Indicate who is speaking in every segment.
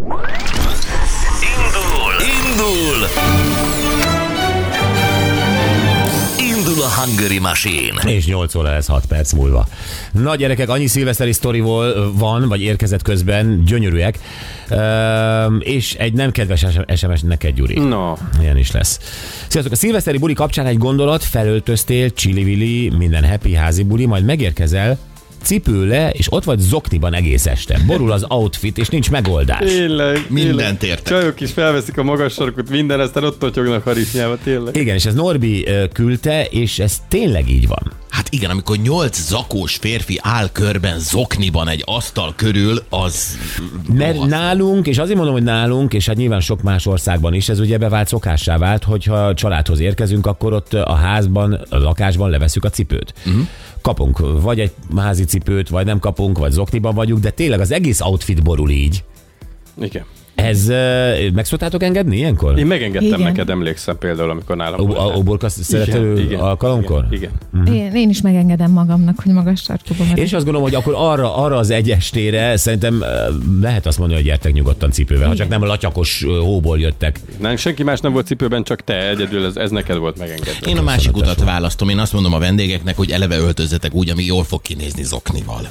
Speaker 1: Indul a Hungary Machine.
Speaker 2: És 8 óra lesz 6 perc múlva. Na gyerekek, annyi szilveszteri sztoriból van, vagy érkezett közben, gyönyörűek. És egy nem kedves SMS neked, Gyuri.
Speaker 3: No.
Speaker 2: Ilyen is lesz. Sziasztok, a szilveszteri buli kapcsán egy gondolat, felöltöztél, csili-vili, minden happy házi buli, majd megérkezel, cipő le, és ott vagy zokniban egész este. Borul az outfit, és nincs megoldás.
Speaker 3: Tényleg.
Speaker 1: Mindent értek.
Speaker 3: Csajok is felveszik a magas sarkot, minden, aztán ott totyognak harisnyába, tényleg.
Speaker 2: Igen, és ez Norbi küldte, és ez tényleg így van.
Speaker 1: Hát igen, amikor 8 zakós férfi áll körben zokniban egy asztal körül, az...
Speaker 2: Mert nálunk, és azért mondom, hogy nálunk, és hát nyilván sok más országban is, ez ugye bevált szokássá vált, hogyha családhoz érkezünk, akkor ott a házban, a lakásban leveszük a cipőt. Kapunk vagy egy házi cipőt, vagy nem kapunk, vagy zokniban vagyunk, de tényleg az egész outfit borul így.
Speaker 3: Igen.
Speaker 2: Ez, meg szoktátok engedni ilyenkor?
Speaker 3: Én megengedtem
Speaker 4: Igen.
Speaker 3: neked, emlékszem például, amikor nálam
Speaker 2: A uborka szerető alkalomkor?
Speaker 3: Igen.
Speaker 4: Én is megengedem magamnak, hogy magas sarkúba megyek.
Speaker 2: És azt gondolom, hogy akkor arra az egy estére szerintem lehet azt mondani, hogy gyertek nyugodtan cipővel, ha csak nem latyakos hóból jöttek.
Speaker 3: Nem, senki más nem volt cipőben, csak te egyedül, ez neked volt megengedve.
Speaker 1: Én a másik utat választom. Én azt mondom a vendégeknek, hogy eleve öltözzetek úgy, ami jól fog kinézni zoknival.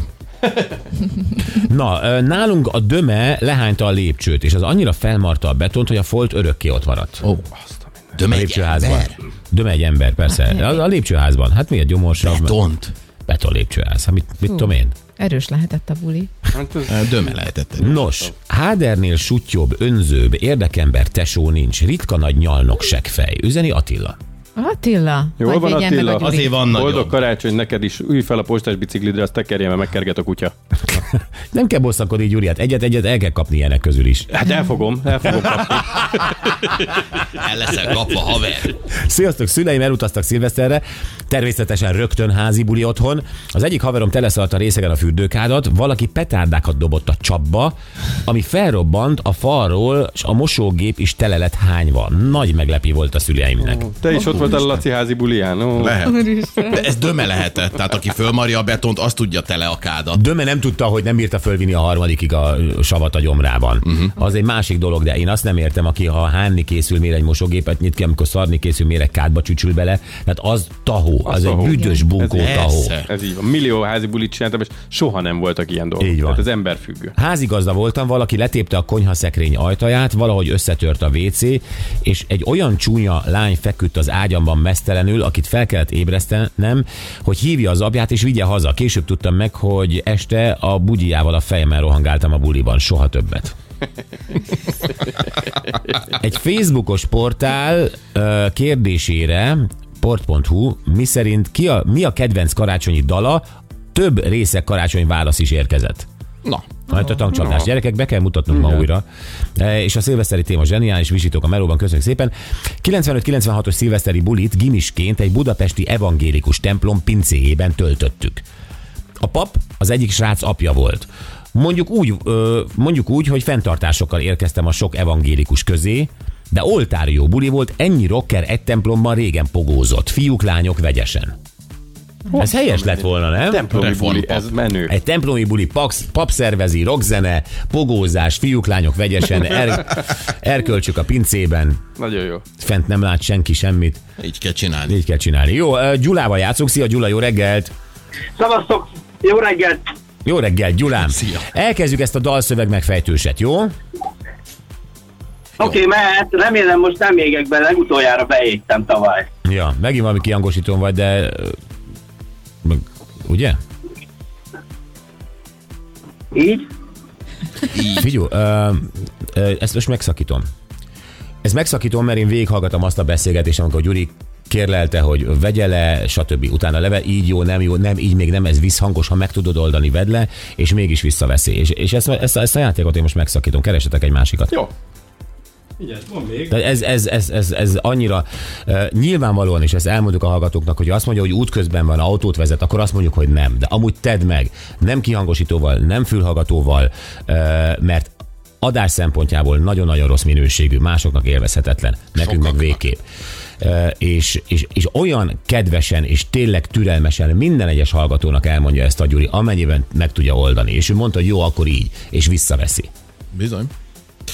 Speaker 2: Na, nálunk a döme lehányta a lépcsőt, és az annyira felmarta a betont, hogy a folt örökké ott maradt.
Speaker 1: Ó,
Speaker 2: A lépcsőházban. Döme egy ember, persze. A lépcsőházban. Hát mi a gyomorsabb?
Speaker 1: Betont.
Speaker 2: Beton lépcsőház. Hát mit tudom én?
Speaker 4: Erős lehetett a buli.
Speaker 1: Döme lehetett.
Speaker 2: Nos, Hádernél suttyobb, önzőbb, érdekember tesó nincs, ritka nagy nyalnok seggfej. Üzeni Attila.
Speaker 4: Attila.
Speaker 3: Jól van,
Speaker 4: Vagy végjen meg
Speaker 3: Attila.
Speaker 4: a Gyuri.
Speaker 1: Azért van
Speaker 3: Boldog
Speaker 1: nagyon.
Speaker 3: karácsony neked is, ülj fel a postás biciklidre, azt tekerje, mert megkerget a kutya.
Speaker 2: Nem kell bosszakodni, Gyuri, hát egyet el kell kapni ilyenek közül is.
Speaker 3: Hát elfogom kapni.
Speaker 1: El leszel kapva, haver.
Speaker 2: Sziasztok, szüleim elutaztak szilveszterre, természetesen rögtön házi buli otthon. Az egyik haverom teleszaladt a részegen a fürdőkádat, valaki petárdákat dobott a csapba, ami felrobbant a falról, és a mosógép is tele lett hányva. Nagy meglepi volt a szüleimnek.
Speaker 3: Te is ott voltál a Laci házi buliján. Ó.
Speaker 1: Lehet. De ez döme lehetett. Tehát aki fölmarja a betont, azt tudja tele a kádat.
Speaker 2: Döme nem tudta, hogy nem bírta fölvinni a harmadikig a savat a gyomrában. Az egy másik dolog, de én azt nem értem, aki ha hányni készül, mér egy mosógépet nyit ki, amikor szarni készül, mér egy kádba csücsül bele. Tehát az tahó, az egy büdös bunkó tahó.
Speaker 3: Ez így van. Millió házi bulit csináltam, és soha nem voltak ilyen dolgok.
Speaker 2: Így van.
Speaker 3: Tehát az ember függő.
Speaker 2: Házigazda voltam, valaki letépte a konyhaszekrény ajtaját, valahogy összetört a WC, és egy olyan csúnya lány feküdt az ágyamban meztelenül, akit fel kellett ébresztenem, hogy hívja az apját és vigye haza. Később tudtam meg, hogy este a bugyijával a fejemen rohangáltam a buliban, soha többet. Egy Facebookos portál kérdésére port.hu miszerint mi a kedvenc karácsonyi dala, több részek karácsonyi válasz is érkezett.
Speaker 1: Na.
Speaker 2: Majd a tankcsapdás. Gyerekek, be kell mutatnunk ma újra. És a szilveszteri téma zseniális, visítok a melóban, köszönjük szépen. 95-96-os szilveszteri bulit gimisként egy budapesti evangélikus templom pincéjében töltöttük. A pap az egyik srác apja volt. Mondjuk úgy, hogy fenntartásokkal érkeztem a sok evangélikus közé, de oltárió buli volt, ennyi rocker egy templomban régen pogózott. Fiúk, lányok vegyesen. Ez helyes lett volna, nem?
Speaker 3: Templomi buli, ez menő.
Speaker 2: Egy templomi buli, pap szervezi, rockzene, pogózás, fiúk, lányok vegyesen, erkölcsök a pincében.
Speaker 3: Nagyon jó.
Speaker 2: Fent nem lát senki semmit.
Speaker 1: Így kell csinálni.
Speaker 2: Így kell csinálni. Jó, Gyulával játszunk. Szia Gyula, jó reggelt!
Speaker 5: Szevasztok! Jó reggelt!
Speaker 2: Jó reggelt, Gyulám!
Speaker 1: Szia.
Speaker 2: Elkezdjük ezt a dalszöveg megfejtőset, jó?
Speaker 5: Oké, mehet. Remélem most nem égek bele, legutoljára beégtem tavaly.
Speaker 2: Ja, megint valami kihangosítón vagy, de... Ugye?
Speaker 5: Így?
Speaker 2: Figyelj, ezt most megszakítom. Ezt megszakítom, mert én végighallgatom azt a beszélgetést, amikor Gyuri kérlelte, hogy vegye le, stb. Utána leve, így jó, nem, így még nem, ez visszhangos, ha meg tudod oldani, vedd le, és mégis visszaveszi. És ezt a játékot én most megszakítom, keresetek egy másikat.
Speaker 3: Jó. Igen, van még.
Speaker 2: De ez annyira nyilvánvalóan, és ezt elmondjuk a hallgatóknak, hogy azt mondja, hogy útközben van, autót vezet, akkor azt mondjuk, hogy nem. De amúgy tedd meg, nem kihangosítóval, nem fülhallgatóval, mert adás szempontjából nagyon-nagyon rossz minőségű, másoknak élvezhetetlen, nekünk meg végképp. És olyan kedvesen és tényleg türelmesen minden egyes hallgatónak elmondja ezt a Gyuri, amennyiben meg tudja oldani. És ő mondta, hogy jó, akkor így, és visszaveszi.
Speaker 1: Bizony.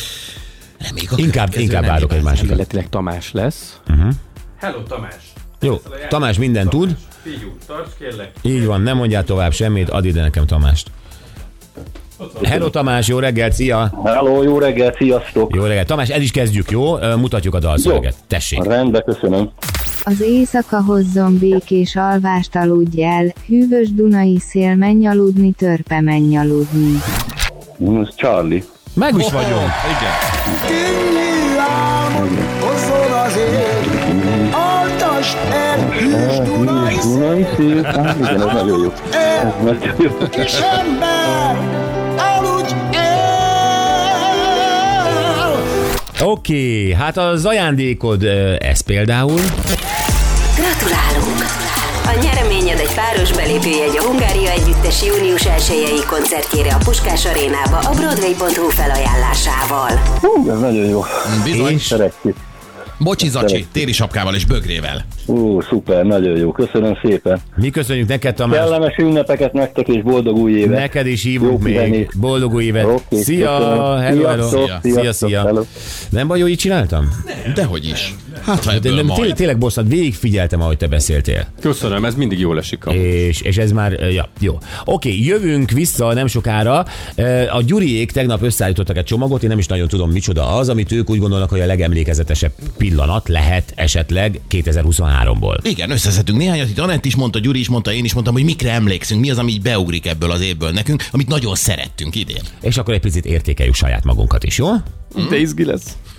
Speaker 1: még a
Speaker 2: Inkább
Speaker 1: következő nem
Speaker 2: várok egy
Speaker 1: igaz.
Speaker 2: másikat.
Speaker 3: Eredetileg Tamás lesz. Hello, Tamás.
Speaker 2: Jó, Tamás mindent tud.
Speaker 3: Figyú, tarts kérlek.
Speaker 2: Így van, nem mondjál tovább semmit, add ide nekem Tamást. Hello Tamás, jó reggelt, szia!
Speaker 6: Halló, jó reggelt, sziasztok!
Speaker 2: Jó reggelt. Tamás, el is kezdjük, jó? Mutatjuk a dalszöveget. Tessék.
Speaker 6: Rendben, köszönöm.
Speaker 7: Az éjszaka hozzon békés alvást, aludj el, hűvös dunai szél, menj aludni, törpe, menj aludni.
Speaker 6: Ez Charlie.
Speaker 2: Meg is vagyunk.
Speaker 6: Dunai szél. Igen, ez nagyon jó. Ez nagyon jó.
Speaker 2: Oké, hát az ajándékod ez például.
Speaker 8: Gratulálunk! A nyereményed egy páros belépőjegy a Hungária Együttes június 1-i koncertjére a Puskás Arénába a Broadway.hu felajánlásával.
Speaker 6: Ez nagyon jó.
Speaker 1: Bizony.
Speaker 6: Szeretjük.
Speaker 1: Bocsi Zacsi, téli sapkával és bögrével.
Speaker 6: Szuper, nagyon jó. Köszönöm szépen.
Speaker 2: Mi köszönjük neked, Tamás.
Speaker 6: Kellemes ünnepeket nektek, és boldog új évet.
Speaker 2: Neked is hívunk
Speaker 6: Jó
Speaker 2: még.
Speaker 6: pihenést.
Speaker 2: Boldog új évet.
Speaker 6: Oké,
Speaker 2: Szia,
Speaker 6: köszönöm.
Speaker 2: hello.
Speaker 6: Sziasztok,
Speaker 2: Szia.
Speaker 6: hello.
Speaker 2: Nem baj, hogy így csináltam?
Speaker 1: Dehogy is. Hát ha
Speaker 2: De
Speaker 1: ebből
Speaker 2: nem,
Speaker 1: majd.
Speaker 2: tényleg bosszant, végigfigyeltem, ahogy te beszéltél.
Speaker 3: Köszönöm, ez mindig jól esik.
Speaker 2: És ez már, ja, jó. Oké, jövünk vissza nem sokára. A Gyuriék tegnap összeállítottak egy csomagot, én nem is nagyon tudom micsoda az, amit ők úgy gondolnak, hogy a legemlékezetesebb pillanat lehet esetleg 2023-ból.
Speaker 1: Igen, összeszedtünk néhányat, itt Anett is mondta, Gyuri is mondta, én is mondtam, hogy mikre emlékszünk, mi az, ami így beugrik ebből az évből nekünk, amit nagyon szerettünk idén.
Speaker 2: És akkor egy picit értékeljük saját magunkat is, jó?
Speaker 3: De izgi lesz.